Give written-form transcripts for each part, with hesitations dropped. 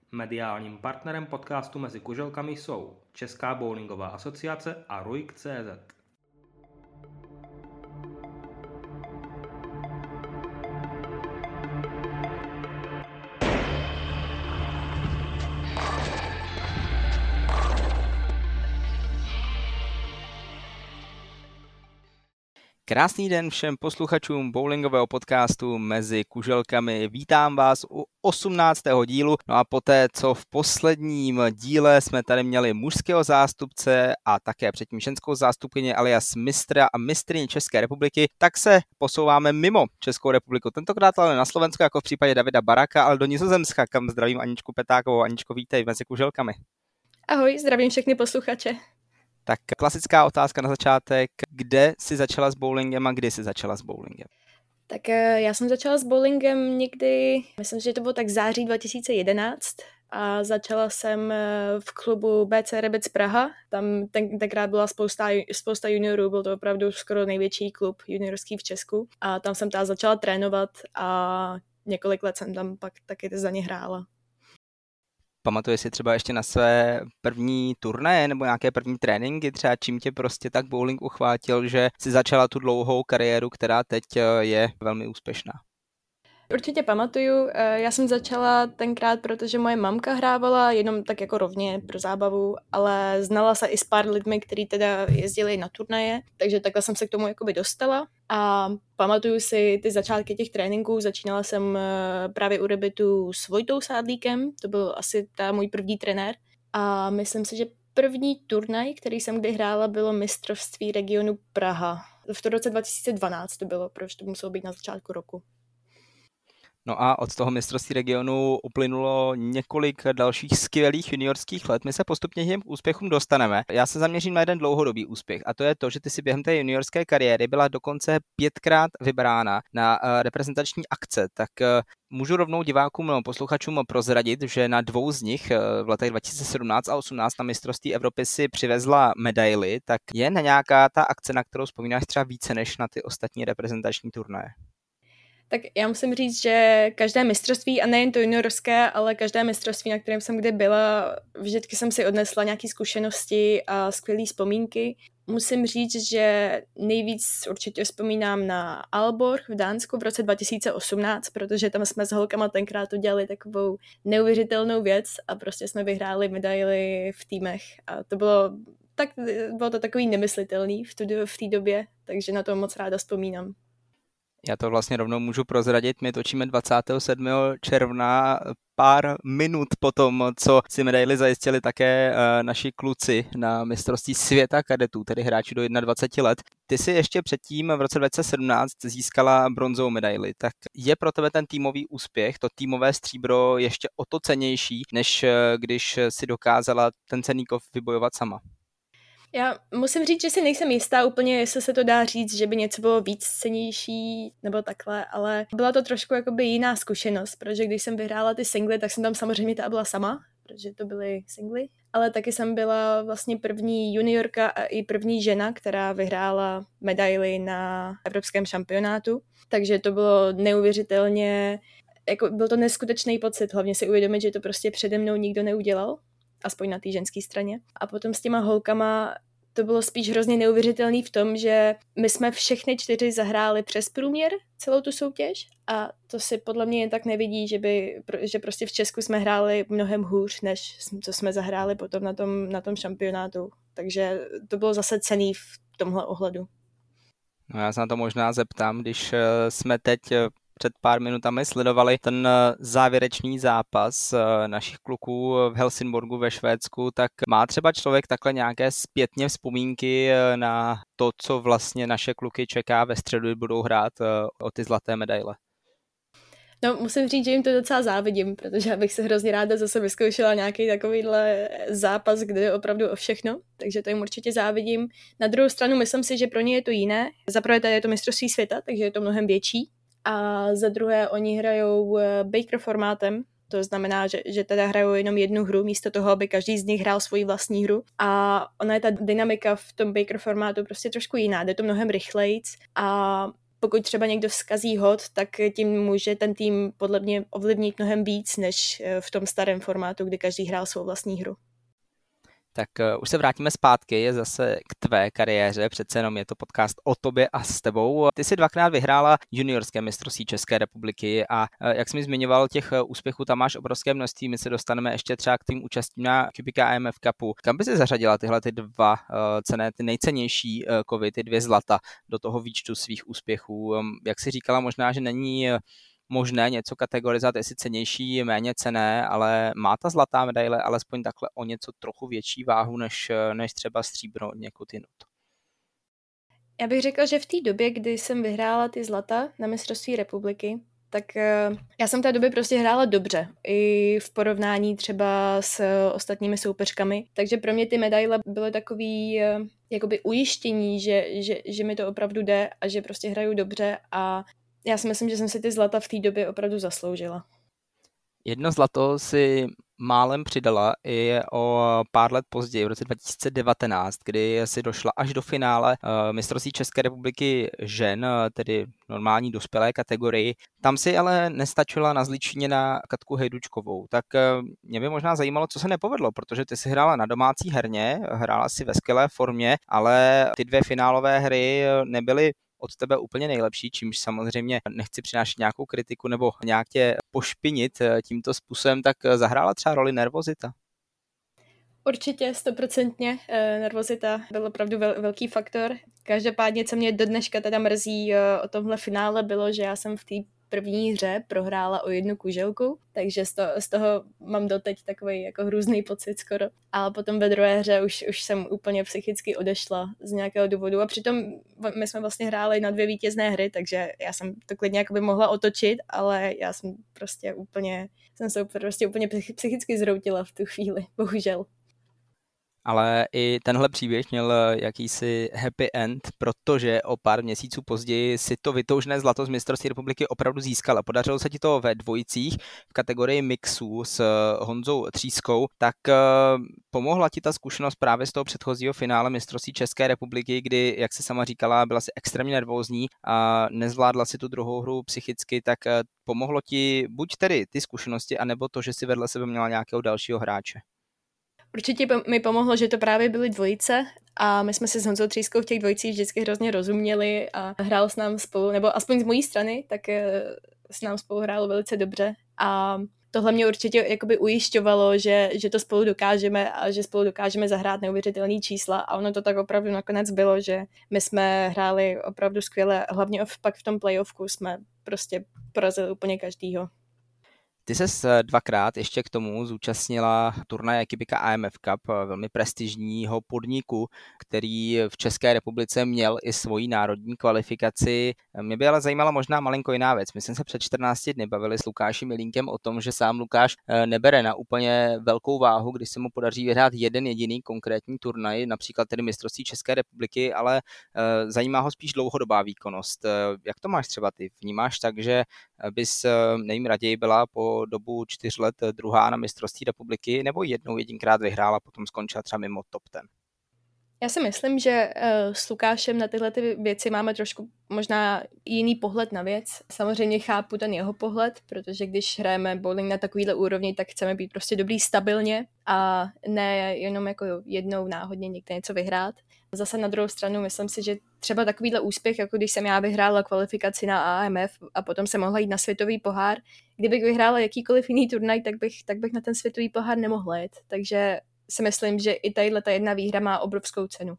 Mediálním partnerem podcastu Mezi kuželkami jsou Česká bowlingová asociace a RUIK.cz. Krásný den všem posluchačům bowlingového podcastu Mezi kuželkami. Vítám vás u 18. dílu. No a poté, co v posledním díle jsme tady měli mužského zástupce a také předtím ženskou zástupkyni alias mistra a mistryni České republiky, tak se posouváme mimo Českou republiku. Tentokrát ale na Slovensko, jako v případě Davida Baraka, ale do Nizozemska, kam zdravím Aničku Petákovou. Aničko, vítej Mezi kuželkami. Ahoj, zdravím všechny posluchače. Tak klasická otázka na začátek. Kde jsi začala s bowlingem a kdy jsi začala s bowlingem? Tak já jsem začala s bowlingem někdy, myslím, že to bylo tak září 2011 a začala jsem v klubu BC Rebec Praha. Tam tenkrát byla spousta juniorů, byl to opravdu skoro největší klub juniorský v Česku a tam jsem začala trénovat a několik let jsem tam pak taky za ně hrála. Pamatuješ si třeba ještě na své první turnaje nebo nějaké první tréninky, třeba čím tě prostě tak bowling uchvátil, že si začala tu dlouhou kariéru, která teď je velmi úspěšná? Určitě pamatuju, já jsem začala tenkrát, protože moje mamka hrávala jenom tak jako rovně pro zábavu, ale znala se i s pár lidmi, kteří teda jezdili na turnaje, takže takhle jsem se k tomu jakoby dostala a pamatuju si ty začátky těch tréninků, začínala jsem právě u Rebetu s Vojtou Sádlíkem, to byl asi můj první trenér a myslím si, že první turnaj, který jsem kdy hrála, bylo mistrovství regionu Praha. V tom roce 2012 to bylo, protože to muselo být na začátku roku. No a od toho mistrovství regionu uplynulo několik dalších skvělých juniorských let. My se postupně těm úspěchům dostaneme. Já se zaměřím na jeden dlouhodobý úspěch a to je to, že ty si během té juniorské kariéry byla dokonce 5krát vybrána na reprezentační akce. Tak můžu rovnou divákům nebo posluchačům prozradit, že na 2 z nich v letech 2017 a 2018 na mistrovství Evropy si přivezla medaily. Tak je na nějaká ta akce, na kterou vzpomínáš třeba více než na ty ostatní reprezentační turnaje? Tak já musím říct, že každé mistrovství, a nejen to juniorské, ale každé mistrovství, na kterém jsem kde byla, vždycky jsem si odnesla nějaké zkušenosti a skvělé vzpomínky. Musím říct, že nejvíc určitě vzpomínám na Aalborg v Dánsku v roce 2018, protože tam jsme s holkama tenkrát udělali takovou neuvěřitelnou věc a prostě jsme vyhráli medaily v týmech a bylo to takový nemyslitelný v té době, takže na to moc ráda vzpomínám. Já to vlastně rovnou můžu prozradit, my točíme 27. června, pár minut potom, co si medaily zajistili také naši kluci na mistrovství světa kadetů, tedy hráči do 21 let. Ty si ještě předtím v roce 2017 získala bronzovou medaili, tak je pro tebe ten týmový úspěch, to týmové stříbro ještě o to cennější, než když si dokázala ten cenný kov vybojovat sama? Já musím říct, že si nejsem jistá úplně, jestli se to dá říct, že by něco bylo víc cennější nebo takhle, ale byla to trošku jakoby jiná zkušenost, protože když jsem vyhrála ty singly, tak jsem tam samozřejmě byla sama, protože to byly singly, ale taky jsem byla vlastně první juniorka a i první žena, která vyhrála medaily na evropském šampionátu, takže to bylo neuvěřitelně, byl to neskutečný pocit, hlavně si uvědomit, že to prostě přede mnou nikdo neudělal, aspoň na té ženské straně. A potom s těma holkama to bylo spíš hrozně neuvěřitelný v tom, že my jsme všechny 4 zahráli přes průměr celou tu soutěž a to si podle mě jen tak nevidí, že prostě v Česku jsme hráli mnohem hůř, než co jsme zahráli potom na tom šampionátu. Takže to bylo zase cenný v tomhle ohledu. No já se na to možná zeptám, když jsme teď před pár minutami sledovali ten závěrečný zápas našich kluků v Helsingborgu ve Švédsku, tak má třeba člověk takhle nějaké zpětně vzpomínky na to, co vlastně naše kluky čeká ve středu, budou hrát o ty zlaté medaile? No, musím říct, že jim to docela závidím, protože bych se hrozně ráda zase vyzkoušela nějaký takovýhle zápas, kde je opravdu o všechno, takže to jim určitě závidím. Na druhou stranu myslím si, že pro ně je to jiné. Za prvé tady je to mistrovství světa, takže je to mnohem větší. A za druhé oni hrajou Baker formátem, to znamená, že teda hrajou jenom jednu hru, místo toho, aby každý z nich hrál svoji vlastní hru. A ona je ta dynamika v tom Baker formátu prostě trošku jiná, jde to mnohem rychlejc a pokud třeba někdo vzkazí hod, tak tím může ten tým podle mě ovlivnit mnohem víc, než v tom starém formátu, kdy každý hrál svou vlastní hru. Tak už se vrátíme zpátky, je zase k tvé kariéře, přece jenom je to podcast o tobě a s tebou. Ty jsi 2krát vyhrála juniorské mistrovství České republiky a jak jsi mi zmiňoval, těch úspěchů tam máš obrovské množství, my se dostaneme ještě třeba k tým účastím na Kubika AMF Cupu. Kam by si zařadila tyhle ty dva cenné, ty nejcennější kovy, ty 2 zlata do toho výčtu svých úspěchů? Jak jsi říkala, možná, že není možné něco kategorizovat, jestli cennější, méně cenné, ale má ta zlatá medaile alespoň takhle o něco trochu větší váhu než třeba stříbro někud jinut? Já bych řekla, že v té době, kdy jsem vyhrála ty zlata na mistrovství republiky, tak já jsem v té době prostě hrála dobře, i v porovnání třeba s ostatními soupeřkami, takže pro mě ty medaile byly takový jakoby ujištění, že mi to opravdu jde a že prostě hraju dobře a já si myslím, že jsem si ty zlata v té době opravdu zasloužila. 1 zlato si málem přidala i o pár let později, v roce 2019, kdy si došla až do finále mistrovství České republiky žen, tedy normální dospělé kategorii. Tam si ale nestačila na Zličině na Katku Hejdučkovou. Tak mě by možná zajímalo, co se nepovedlo, protože ty si hrála na domácí herně, hrála si ve skvělé formě, ale ty 2 finálové hry nebyly od tebe úplně nejlepší, čímž samozřejmě nechci přinášet nějakou kritiku nebo nějak tě pošpinit tímto způsobem, tak zahrála třeba roli nervozita? Určitě, 100%. Nervozita byl opravdu velký faktor. Každopádně, co mě do dneška teda mrzí o tomhle finále, bylo, že já jsem v té první hře prohrála o 1 kuželku, takže z toho mám doteď takový jako hrůzný pocit skoro. A potom ve druhé hře už jsem úplně psychicky odešla z nějakého důvodu a přitom my jsme vlastně hráli na 2 vítězné hry, takže já jsem to klidně jakoby mohla otočit, ale já jsem se úplně psychicky zroutila v tu chvíli, bohužel. Ale i tenhle příběh měl jakýsi happy end, protože o pár měsíců později si to vytoužené zlato z mistrovství republiky opravdu získala. Podařilo se ti to ve dvojicích v kategorii mixů s Honzou Třískou, tak pomohla ti ta zkušenost právě z toho předchozího finále mistrovství České republiky, kdy, jak se sama říkala, byla si extrémně nervózní a nezvládla si tu druhou hru psychicky, tak pomohlo ti buď tedy ty zkušenosti, anebo to, že si vedle sebe měla nějakého dalšího hráče? Určitě mi pomohlo, že to právě byly dvojice a my jsme se s Honzou Třískou v těch dvojicích vždycky hrozně rozuměli a hrál s nám spolu, nebo aspoň z mojí strany, tak s nám spolu hrálo velice dobře a tohle mě určitě jakoby ujišťovalo, že to spolu dokážeme a že spolu dokážeme zahrát neuvěřitelný čísla a ono to tak opravdu nakonec bylo, že my jsme hráli opravdu skvěle, hlavně pak v tom playoffku jsme prostě porazili úplně každýho. Ty ses 2krát ještě k tomu zúčastnila turnaje Kubika AMF Cup, velmi prestižního podniku, který v České republice měl i svoji národní kvalifikaci. Mě by ale zajímala možná malinko jiná věc. My jsme se před 14 dny bavili s Lukášem Jelínkem o tom, že sám Lukáš nebere na úplně velkou váhu, když se mu podaří vyhrát jeden jediný konkrétní turnaj, například tedy mistrovství České republiky, ale zajímá ho spíš dlouhodobá výkonnost. Jak to máš třeba ty? Vnímáš tak, že bys nejraději byla po dobu 4 let druhá na mistrovství republiky nebo jedinkrát vyhrála, potom skončila třeba mimo top 10? Já si myslím, že s Lukášem na tyhle ty věci máme trošku možná jiný pohled na věc. Samozřejmě chápu ten jeho pohled, protože když hrajeme bowling na takovýhle úrovni, tak chceme být prostě dobrý stabilně a ne jenom jako jednou náhodně někde něco vyhrát. Zase na druhou stranu myslím si, že třeba takovýhle úspěch, jako když jsem já vyhrála kvalifikaci na AMF a potom jsem mohla jít na světový pohár, kdybych vyhrála jakýkoliv jiný turnaj, tak bych na ten světový pohár nemohla jet. Takže si myslím, že i tadyhleta jedna výhra má obrovskou cenu.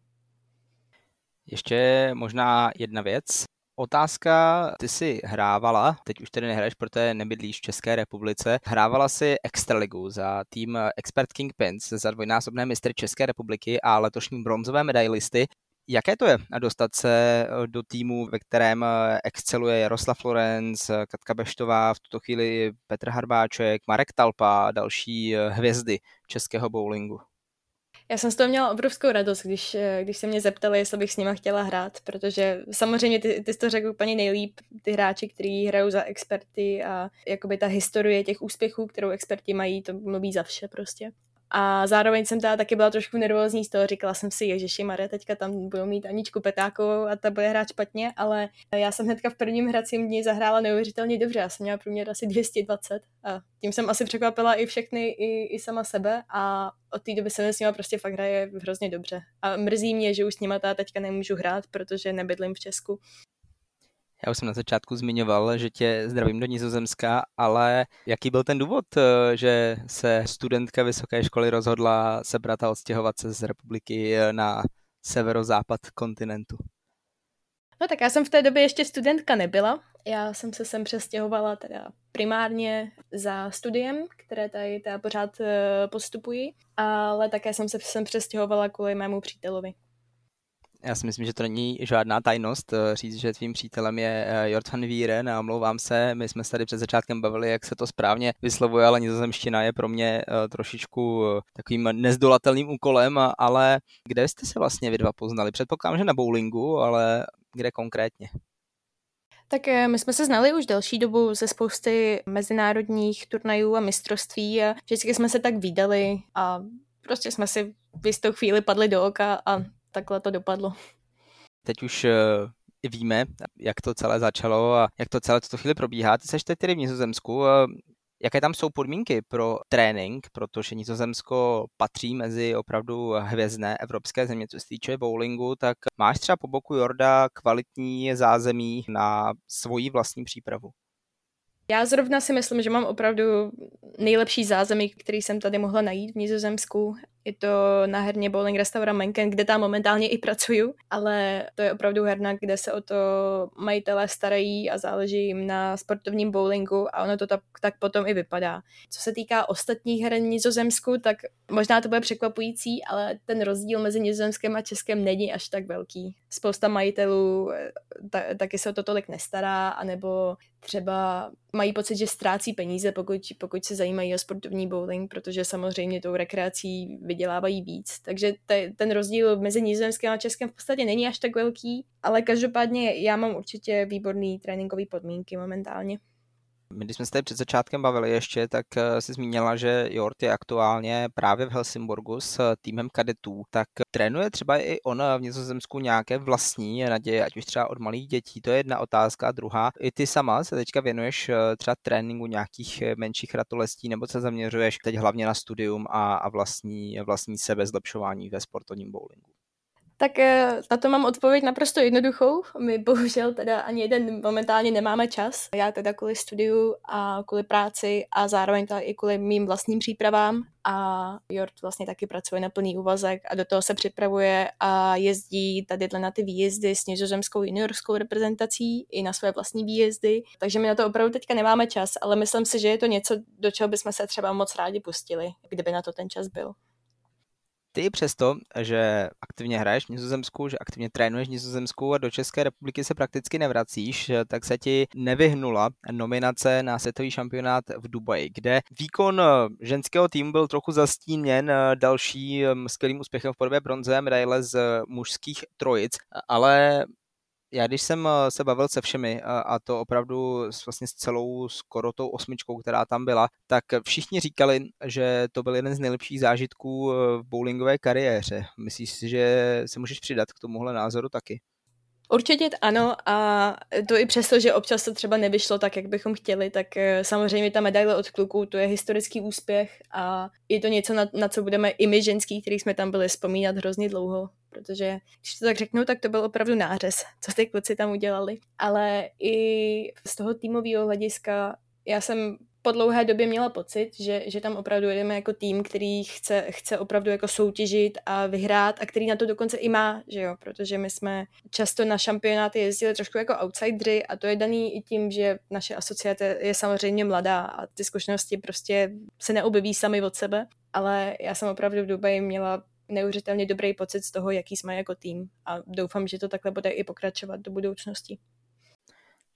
Ještě možná jedna věc. Otázka, ty jsi hrávala, teď už tedy nehraješ, protože nebydlíš v České republice, hrávala si Extraligu za tým Expert Kingpins, za dvojnásobné mistry České republiky a letošní bronzové medailisty. Jaké to je dostat se do týmu, ve kterém exceluje Jaroslav Florenc, Katka Beštová, v tuto chvíli Petr Harbáček, Marek Talpa a další hvězdy českého bowlingu? Já jsem z toho měla obrovskou radost, když se mě zeptali, jestli bych s nima chtěla hrát, protože samozřejmě ty jsi to řekl úplně nejlíp, ty hráči, kteří hrajou za experty a jakoby ta historie těch úspěchů, kterou experti mají, to mluví za vše prostě. A zároveň jsem teda taky byla trošku nervózní z toho, říkala jsem si, ježišimarja, teďka tam budou mít Aničku Petákovou a ta bude hrát špatně, ale já jsem hnedka v prvním hracím dni zahrála neuvěřitelně dobře, já jsem měla průměr asi 220 a tím jsem asi překvapila i všechny, i sama sebe a od té doby jsem s nima prostě fakt hraje hrozně dobře. A mrzí mě, že už s nima teďka nemůžu hrát, protože nebydlím v Česku. Já už jsem na začátku zmiňoval, že tě zdravím do Nizozemska, ale jaký byl ten důvod, že se studentka vysoké školy rozhodla sebrat a odstěhovat se z republiky na severozápad kontinentu? No tak já jsem v té době ještě studentka nebyla. Já jsem se sem přestěhovala teda primárně za studiem, které tady teda pořád postupuji, ale také jsem se sem přestěhovala kvůli mému přítelovi. Já si myslím, že to není žádná tajnost říct, že tvým přítelem je Jort van Wieren a omlouvám se, my jsme se tady před začátkem bavili, jak se to správně vyslovuje, ale nizozemština je pro mě trošičku takovým nezdolatelným úkolem, ale kde jste se vlastně vy dva poznali? Předpokládám, že na bowlingu, ale kde konkrétně? Tak my jsme se znali už delší dobu ze spousty mezinárodních turnajů a mistrovství a vždycky jsme se tak vídali a prostě jsme si v jistou chvíli padli do oka a takhle to dopadlo. Teď už víme, jak to celé začalo a jak to celé tuto chvíli probíhá. Ty seš teď tedy v Nizozemsku. Jaké tam jsou podmínky pro trénink, protože Nizozemsko patří mezi opravdu hvězdné evropské země, co se týče bowlingu, tak máš třeba po boku Jorda kvalitní zázemí na svoji vlastní přípravu? Já zrovna si myslím, že mám opravdu nejlepší zázemí, který jsem tady mohla najít v Nizozemsku. Je to na herně Bowling Restaurant Menken, kde tam momentálně i pracuju, ale to je opravdu herna, kde se o to majitelé starají a záleží jim na sportovním bowlingu a ono to tak potom i vypadá. Co se týká ostatních heren v Nizozemsku, tak možná to bude překvapující, ale ten rozdíl mezi Nizozemskem a Českem není až tak velký. Spousta majitelů taky se o to tolik nestará, anebo třeba mají pocit, že ztrácí peníze, pokud se zajímají o sportovní bowling, protože samozřejmě tou rekreací vydělávají víc. Takže ten rozdíl mezi Nizozemském a Českem v podstatě není až tak velký, ale každopádně já mám určitě výborný tréninkový podmínky momentálně. My, když jsme se tady před začátkem bavili ještě, tak si zmínila, že Jort je aktuálně právě v Helsingborgu s týmem kadetů. Tak trénuje třeba i on v Nizozemsku nějaké vlastní naděje, ať už třeba od malých dětí? To je jedna otázka. A druhá, i ty sama se teďka věnuješ třeba tréninku nějakých menších ratolestí, nebo se zaměřuješ teď hlavně na studium a vlastní sebezlepšování ve sportovním bowlingu? Tak na to mám odpověď naprosto jednoduchou. My bohužel teda ani jeden momentálně nemáme čas. Já teda kvůli studiu a kvůli práci a zároveň teda i kvůli mým vlastním přípravám a Jort vlastně taky pracuje na plný úvazek a do toho se připravuje a jezdí tady na ty výjezdy s nizozemskou juniorskou reprezentací i na své vlastní výjezdy. Takže my na to opravdu teďka nemáme čas, ale myslím si, že je to něco, do čeho bychom se třeba moc rádi pustili, kdyby na to ten čas byl. Ty přesto, že aktivně hraješ v Nizozemsku, že aktivně trénuješ v Nizozemsku a do České republiky se prakticky nevracíš, tak se ti nevyhnula nominace na světový šampionát v Dubaji, kde výkon ženského týmu byl trochu zastíněn dalším skvělým úspěchem v podobě bronzové medaile z mužských trojic, ale já když jsem se bavil se všemi a to opravdu vlastně s celou skoro tou osmičkou, která tam byla, tak všichni říkali, že to byl jeden z nejlepších zážitků v bowlingové kariéře. Myslíš si, že se můžeš přidat k tomuhle názoru taky? Určitě ano a to i přesto, že občas to třeba nevyšlo tak, jak bychom chtěli, tak samozřejmě ta medaile od kluků, to je historický úspěch a je to něco, na co budeme i my ženský, který jsme tam byli, vzpomínat hrozně dlouho, protože když to tak řeknu, tak to byl opravdu nářez, co ty kluci tam udělali. Ale i z toho týmového hlediska já jsem po dlouhé době měla pocit, že tam opravdu jedeme jako tým, který chce opravdu jako soutěžit a vyhrát a který na to dokonce i má, že jo, protože my jsme často na šampionáty jezdili trošku jako outsideri a to je daný i tím, že naše asociace je samozřejmě mladá a ty zkušenosti prostě se neobjeví sami od sebe, ale já jsem opravdu v Dubaji měla neuvěřitelně dobrý pocit z toho, jaký jsme jako tým a doufám, že to takhle bude i pokračovat do budoucnosti.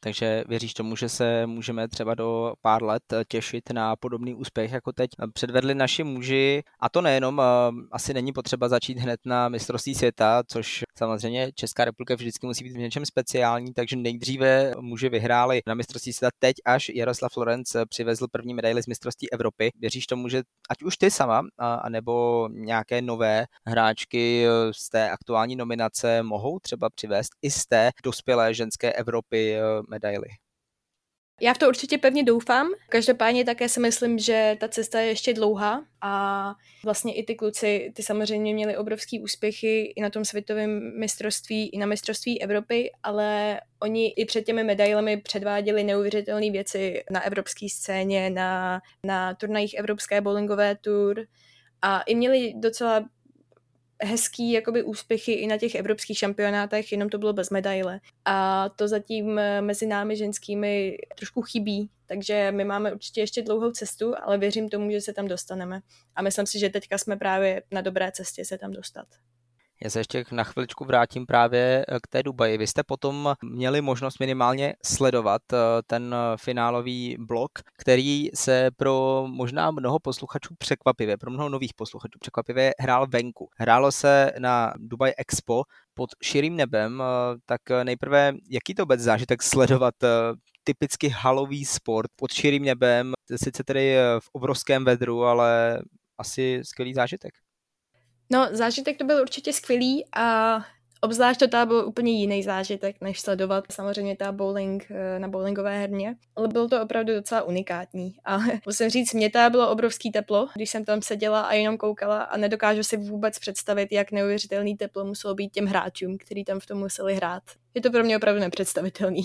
Takže věříš tomu, že se můžeme třeba do pár let těšit na podobný úspěch, jako teď předvedli naši muži. A to nejenom, asi není potřeba začít hned na mistrovství světa, což samozřejmě Česká republika vždycky musí být v něčem speciální, takže nejdříve muži vyhráli na mistrovství světa, teď až Jaroslav Florenc přivezl první medaili z mistrovství Evropy. Věříš tomu, že ať už ty sama, anebo nějaké nové hráčky z té aktuální nominace mohou třeba přivést i z té dospělé ženské Evropy medaily? Já v to určitě pevně doufám. Každopádně také si myslím, že ta cesta je ještě dlouhá a vlastně i ty kluci, ty samozřejmě měli obrovský úspěchy i na tom světovém mistrovství, i na mistrovství Evropy, ale oni i před těmi medailemi předváděli neuvěřitelné věci na evropské scéně, na turnajích Evropské bowlingové tour a i měli docela hezký jakoby úspěchy i na těch evropských šampionátech, jenom to bylo bez medaile. A to zatím mezi námi ženskými trošku chybí, takže my máme určitě ještě dlouhou cestu, ale věřím tomu, že se tam dostaneme. A myslím si, že teďka jsme právě na dobré cestě se tam dostat. Já se ještě na chviličku vrátím právě k té Dubaji. Vy jste potom měli možnost minimálně sledovat ten finálový blok, který se pro možná mnoho posluchačů překvapivě, pro mnoho nových posluchačů překvapivě hrál venku. Hrálo se na Dubai Expo pod širým nebem, tak nejprve, jaký to bude zážitek sledovat typicky halový sport pod širým nebem, sice tedy v obrovském vedru, ale asi skvělý zážitek. No, zážitek to byl určitě skvělý a obzvlášť to byl úplně jiný zážitek, než sledovat samozřejmě ta bowling na bowlingové herně. Ale bylo to opravdu docela unikátní. A musím říct, mě bylo obrovský teplo, když jsem tam seděla a jenom koukala a nedokážu si vůbec představit, jak neuvěřitelný teplo muselo být těm hráčům, kteří tam v tom museli hrát. Je to pro mě opravdu nepředstavitelný.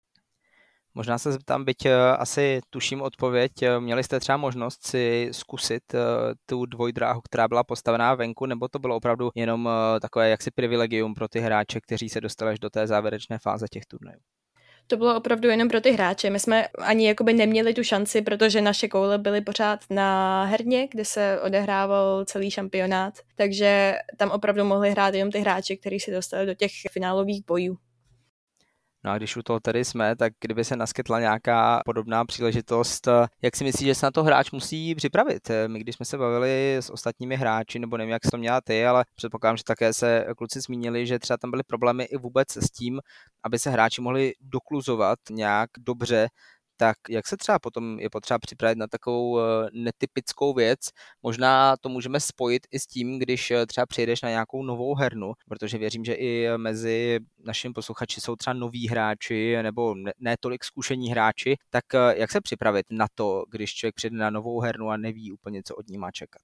Možná se zeptám, byť asi tuším odpověď, měli jste třeba možnost si zkusit tu dvojdráhu, která byla postavená venku, nebo to bylo opravdu jenom takové jaksi privilegium pro ty hráče, kteří se dostali až do té závěrečné fáze těch turnajů? To bylo opravdu jenom pro ty hráče. My jsme ani jakoby neměli tu šanci, protože naše koule byly pořád na herně, kde se odehrával celý šampionát, takže tam opravdu mohli hrát jenom ty hráči, kteří se dostali do těch finálových bojů. No a když u toho tedy jsme, tak kdyby se naskytla nějaká podobná příležitost, jak si myslíš, že se na to hráč musí připravit? My když jsme se bavili s ostatními hráči, nebo nevím, jak jsi to měla ty, ale předpokládám, že také se kluci zmínili, že třeba tam byly problémy i vůbec s tím, aby se hráči mohli dokluzovat nějak dobře, tak jak se třeba potom je potřeba připravit na takovou netypickou věc? Možná to můžeme spojit i s tím, když třeba přijedeš na nějakou novou hernu, protože věřím, že i mezi našimi posluchači jsou třeba noví hráči nebo ne tolik zkušení hráči, tak jak se připravit na to, když člověk přijde na novou hernu a neví úplně, co od ní má čekat?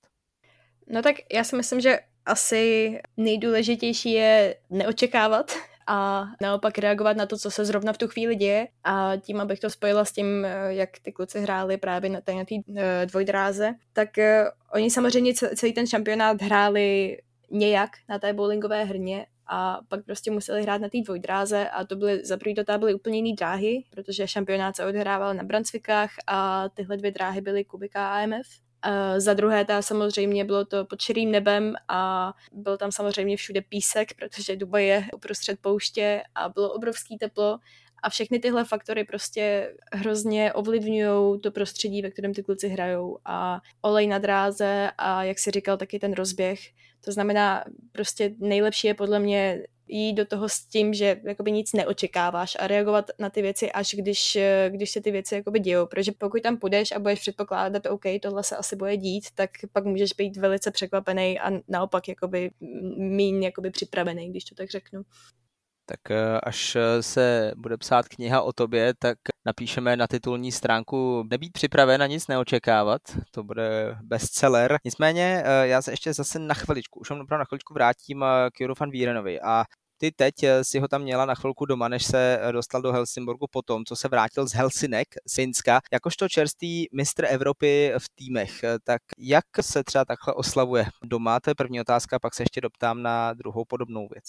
No tak já si myslím, že asi nejdůležitější je neočekávat a naopak reagovat na to, co se zrovna v tu chvíli děje a tím, abych to spojila s tím, jak ty kluci hráli právě na té dvojdráze, tak oni samozřejmě celý ten šampionát hráli nějak na té bowlingové herně a pak prostě museli hrát na té dvojdráze a to byly, za první to byly úplně jiný dráhy, protože šampionát se odehrával na Brunswickách a tyhle dvě dráhy byly Kubika a AMF. Za druhé, samozřejmě bylo to pod širým nebem a byl tam samozřejmě všude písek, protože Dubaj je uprostřed pouště a bylo obrovský teplo a všechny tyhle faktory prostě hrozně ovlivňují to prostředí, ve kterém ty kluci hrajou a olej na dráze a jak si říkal, taky ten rozběh. To znamená, prostě nejlepší je podle mě jít do toho s tím, že jakoby nic neočekáváš a reagovat na ty věci, až když se ty věci jakoby dějou. Protože pokud tam půjdeš a budeš předpokládat, OK, tohle se asi bude dít, tak pak můžeš být velice překvapený a naopak jakoby míň jakoby připravený, když to tak řeknu. Tak až se bude psát kniha o tobě, tak napíšeme na titulní stránku nebýt připraven a nic neočekávat. To bude bestseller. Nicméně já se ještě zase na chviličku vrátím k Juru van Wierenovi a ty teď si ho tam měla na chvilku doma, než se dostal do Helsingborgu potom, co se vrátil z Helsinek, z Finska, jakožto čerstvý mistr Evropy v týmech. Tak jak se třeba takhle oslavuje doma? To je první otázka, pak se ještě doptám na druhou podobnou věc.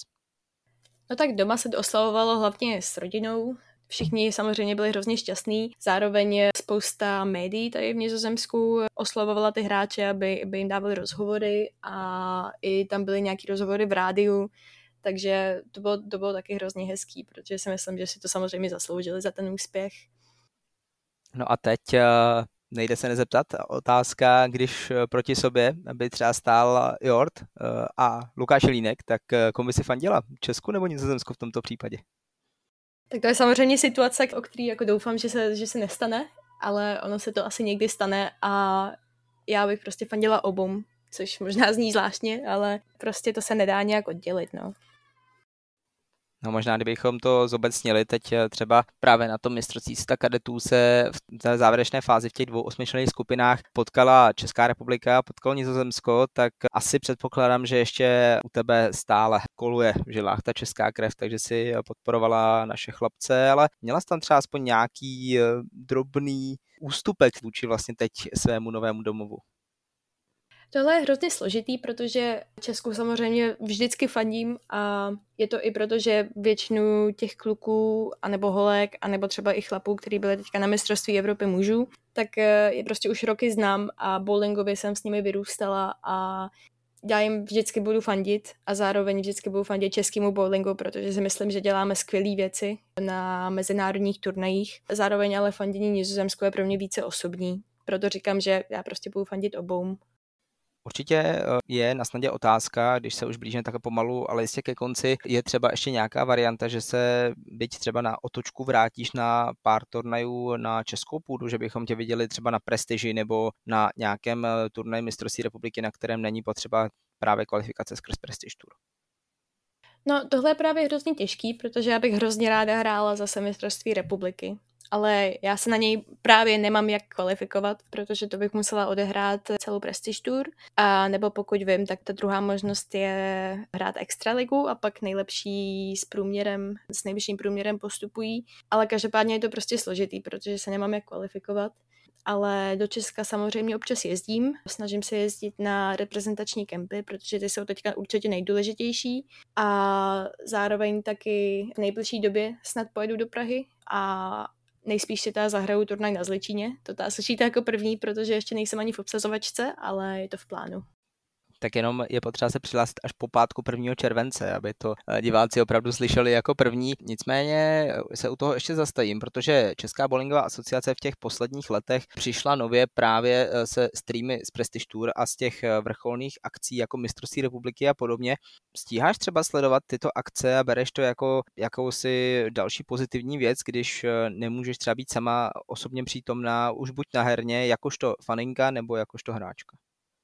No tak doma se to oslavovalo hlavně s rodinou. Všichni samozřejmě byli hrozně šťastní. Zároveň spousta médií tady v Nizozemsku oslavovala ty hráče, aby jim dávali rozhovory a i tam byly nějaký rozhovory v rádiu. takže to bylo taky hrozně hezký, protože si myslím, že si to samozřejmě zasloužili za ten úspěch. No a teď nejde se nezeptat, otázka, když proti sobě by třeba stál Jort a Lukáš Jelínek, tak komu by si fandila? Česku nebo Nizozemsku v tomto případě? Tak to je samozřejmě situace, o který jako doufám, že se nestane, ale ono se to asi někdy stane a já bych prostě fandila obou, což možná zní zvláštně, ale prostě to se nedá nějak oddělit, no. No možná, kdybychom to zobecnili, teď třeba právě na tom mistrovství světa kadetů se v té závěrečné fázi v těch 2 8členných skupinách potkala Česká republika, potkalo Nizozemsko, tak asi předpokládám, že ještě u tebe stále koluje v žilách ta česká krev, takže si podporovala naše chlapce, ale měla jsi tam třeba aspoň nějaký drobný ústupek vůči vlastně teď svému novému domovu? Tohle je hrozně složitý, protože Česku samozřejmě vždycky fandím a je to i proto, že většinu těch kluků, anebo holek, anebo třeba i chlapů, který byli teďka na mistrovství Evropy mužů, tak je prostě už roky znám a bowlingově jsem s nimi vyrůstala a já jim vždycky budu fandit a zároveň vždycky budu fandit českému bowlingu, protože si myslím, že děláme skvělé věci na mezinárodních turnajích. Zároveň ale fandění Nizozemsku je pro mě více osobní, proto říkám, že já prostě budu fandit obou. Určitě je na snadě otázka, když se už blížíme tak pomalu, ale jistě ke konci, je třeba ještě nějaká varianta, že se byť třeba na otočku vrátíš na pár turnajů na českou půdu, že bychom tě viděli třeba na prestiži nebo na nějakém turnaji mistrovství republiky, na kterém není potřeba právě kvalifikace skrz Prestige Tour. No tohle je právě hrozně těžký, protože já bych hrozně ráda hrála zase mistrovství republiky. Ale já se na něj právě nemám jak kvalifikovat, protože to bych musela odehrát celou Prestige Tour. A nebo pokud vím, tak ta druhá možnost je hrát extraligu a pak nejlepší s nejvyšším průměrem postupují. Ale každopádně je to prostě složitý, protože se nemám jak kvalifikovat. Ale do Česka samozřejmě občas jezdím. Snažím se jezdit na reprezentační kempy, protože ty jsou teďka určitě nejdůležitější. A zároveň taky v nejbližší době snad pojedu do Prahy a nejspíš si teda zahraju turnaj na Zličíně. To teda slyšíte jako první, protože ještě nejsem ani v obsazovačce, ale je to v plánu. Tak jenom je potřeba se přihlásit až po pátku 1. července, aby to diváci opravdu slyšeli jako první. Nicméně se u toho ještě zastavím, protože Česká bowlingová asociace v těch posledních letech přišla nově právě se streamy z Prestige Tour a z těch vrcholných akcí jako mistrovství republiky a podobně. Stíháš třeba sledovat tyto akce a bereš to jako jakousi další pozitivní věc, když nemůžeš třeba být sama osobně přítomná už buď na herně, jakožto faninka nebo jakožto hráčka?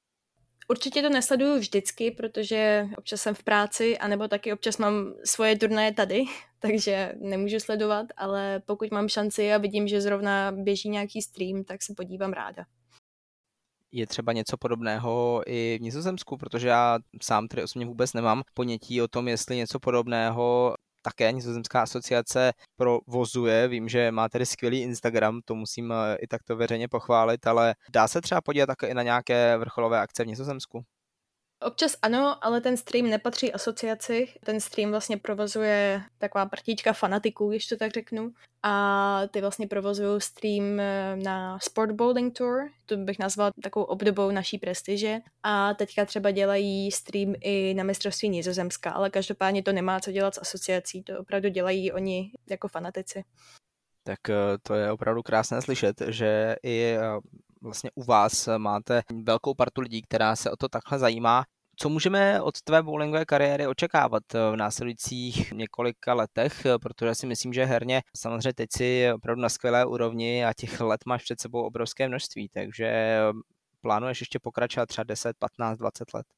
Určitě to nesleduju vždycky, protože občas jsem v práci, anebo taky občas mám svoje turnaje tady, takže nemůžu sledovat, ale pokud mám šanci a vidím, že zrovna běží nějaký stream, tak se podívám ráda. Je třeba něco podobného i v Nizozemsku, protože já sám tedy osobně vůbec nemám ponětí o tom, jestli něco podobného také Nizozemská asociace provozuje. Vím, že má tedy skvělý Instagram, to musím i takto veřejně pochválit, ale dá se třeba podívat také i na nějaké vrcholové akce v Nizozemsku? Občas ano, ale ten stream nepatří asociaci. Ten stream vlastně provozuje taková partička fanatiků, když to tak řeknu. A ty vlastně provozují stream na Sport Bowling Tour, to bych nazvala takovou obdobou naší prestiže. A teďka třeba dělají stream i na mistrovství Nizozemska, ale každopádně to nemá co dělat s asociací, to opravdu dělají oni jako fanatici. Tak to je opravdu krásné slyšet, že i vlastně u vás máte velkou partu lidí, která se o to takhle zajímá. Co můžeme od tvé bowlingové kariéry očekávat v následujících několika letech, protože si myslím, že herně samozřejmě teď si opravdu na skvělé úrovni a těch let máš před sebou obrovské množství, takže plánuješ ještě pokračovat třeba 10, 15, 20 let?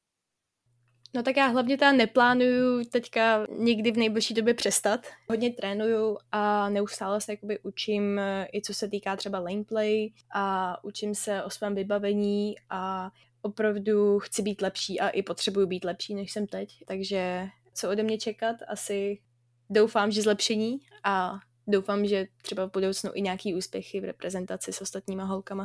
No tak já hlavně teda neplánuju teďka nikdy v nejbližší době přestat. Hodně trénuju a neustále se jakoby učím i co se týká třeba laneplay a učím se o svém vybavení a opravdu chci být lepší a i potřebuju být lepší, než jsem teď. Takže co ode mě čekat? Asi doufám, že zlepšení a doufám, že třeba v budoucnu i nějaký úspěchy v reprezentaci s ostatníma holkama.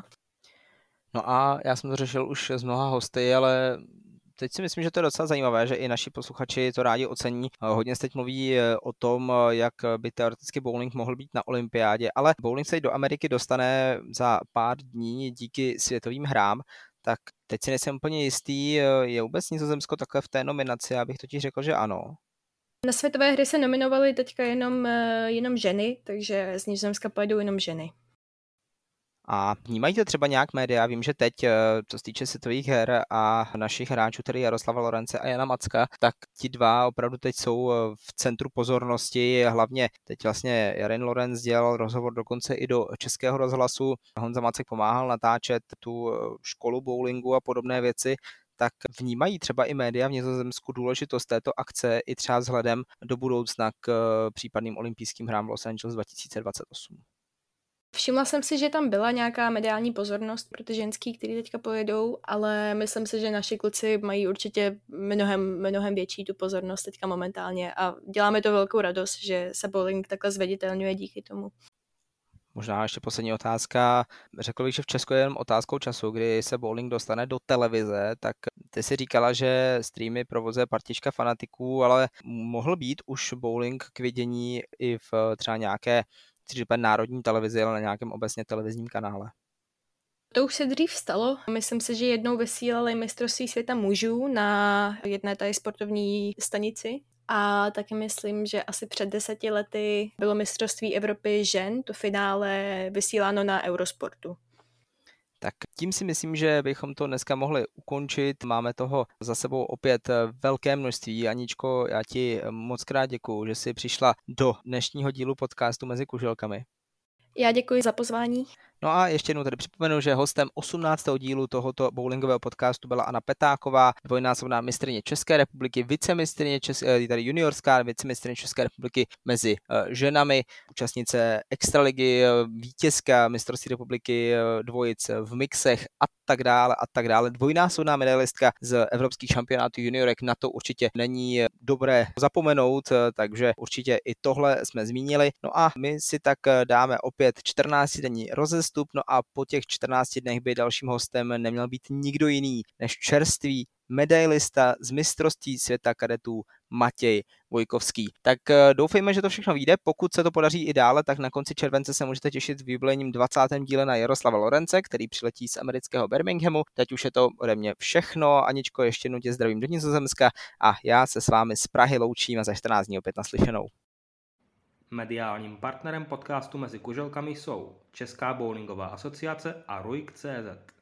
No a já jsem to řešil už s mnoha hosty, ale teď si myslím, že to je docela zajímavé, že i naši posluchači to rádi ocení. Hodně se teď mluví o tom, jak by teoreticky bowling mohl být na olympiádě, ale bowling se do Ameriky dostane za pár dní díky světovým hrám, tak teď si nejsem úplně jistý, je vůbec Nizozemsko takhle v té nominaci, já bych totiž řekl, že ano. Na světové hry se nominovaly teďka jenom ženy, takže z Nizozemska pojedou jenom ženy. A vnímají to třeba nějak média? Vím, že teď, co se týče světových her a našich hráčů, tedy Jaroslava Lorence a Jana Macka, tak ti dva opravdu teď jsou v centru pozornosti, hlavně teď vlastně Jan Lorenz dělal rozhovor dokonce i do Českého rozhlasu, Honza Macek pomáhal natáčet tu školu bowlingu a podobné věci, tak vnímají třeba i média v Nizozemsku důležitost této akce i třeba vzhledem do budoucna k případným olympijským hrám v Los Angeles 2028? Všimla jsem si, že tam byla nějaká mediální pozornost pro ty ženský, který teďka pojedou, ale myslím si, že naši kluci mají určitě mnohem větší tu pozornost teďka momentálně a děláme to velkou radost, že se bowling takhle zveditelňuje díky tomu. Možná ještě poslední otázka. Řekl bych, že v Česku je jenom otázkou času, kdy se bowling dostane do televize, tak ty si říkala, že streamy provozuje partička fanatiků, ale mohl být už bowling k vidění i v třeba nějaké národní televizi, ale na nějakém obecně televizním kanále? To už se dřív stalo. Myslím si, že jednou vysílali mistrovství světa mužů na jedné té sportovní stanici. A taky myslím, že asi před 10 lety bylo mistrovství Evropy žen, to finále vysíláno na Eurosportu. Tak tím si myslím, že bychom to dneska mohli ukončit. Máme toho za sebou opět velké množství. Aničko, já ti moc krát děkuju, že jsi přišla do dnešního dílu podcastu Mezi kuželkami. Já děkuji za pozvání. No a ještě jednou tady připomenu, že hostem 18. dílu tohoto bowlingového podcastu byla Anna Petáková, dvojnásobná mistryně České republiky, vicemistryně tady juniorská vicemistryně České republiky mezi ženami, účastnice extraligy, vítězka mistrovství republiky dvojic v mixech a tak dále. Dvojnásobná medailistka z evropských šampionátů juniorek, na to určitě není dobré zapomenout, takže určitě i tohle jsme zmínili. No a my si tak dáme opět 14-denní rozestup, no a po těch 14 dnech by dalším hostem neměl být nikdo jiný než čerstvý medailista z mistrovství světa kadetů Matěj Vojkovský. Tak doufejme, že to všechno vyjde. Pokud se to podaří i dále, tak na konci července se můžete těšit v jubilejním 20. díle na Jaroslava Lorence, který přiletí z amerického Birminghamu. Teď už je to ode mě všechno. Aničko, ještě jednou tě zdravím do Nizozemska a já se s vámi z Prahy loučím a za 14 dní opět naslyšenou. Mediálním partnerem podcastu Mezi kuželkami jsou Česká bowlingová asociace a RUIK.cz.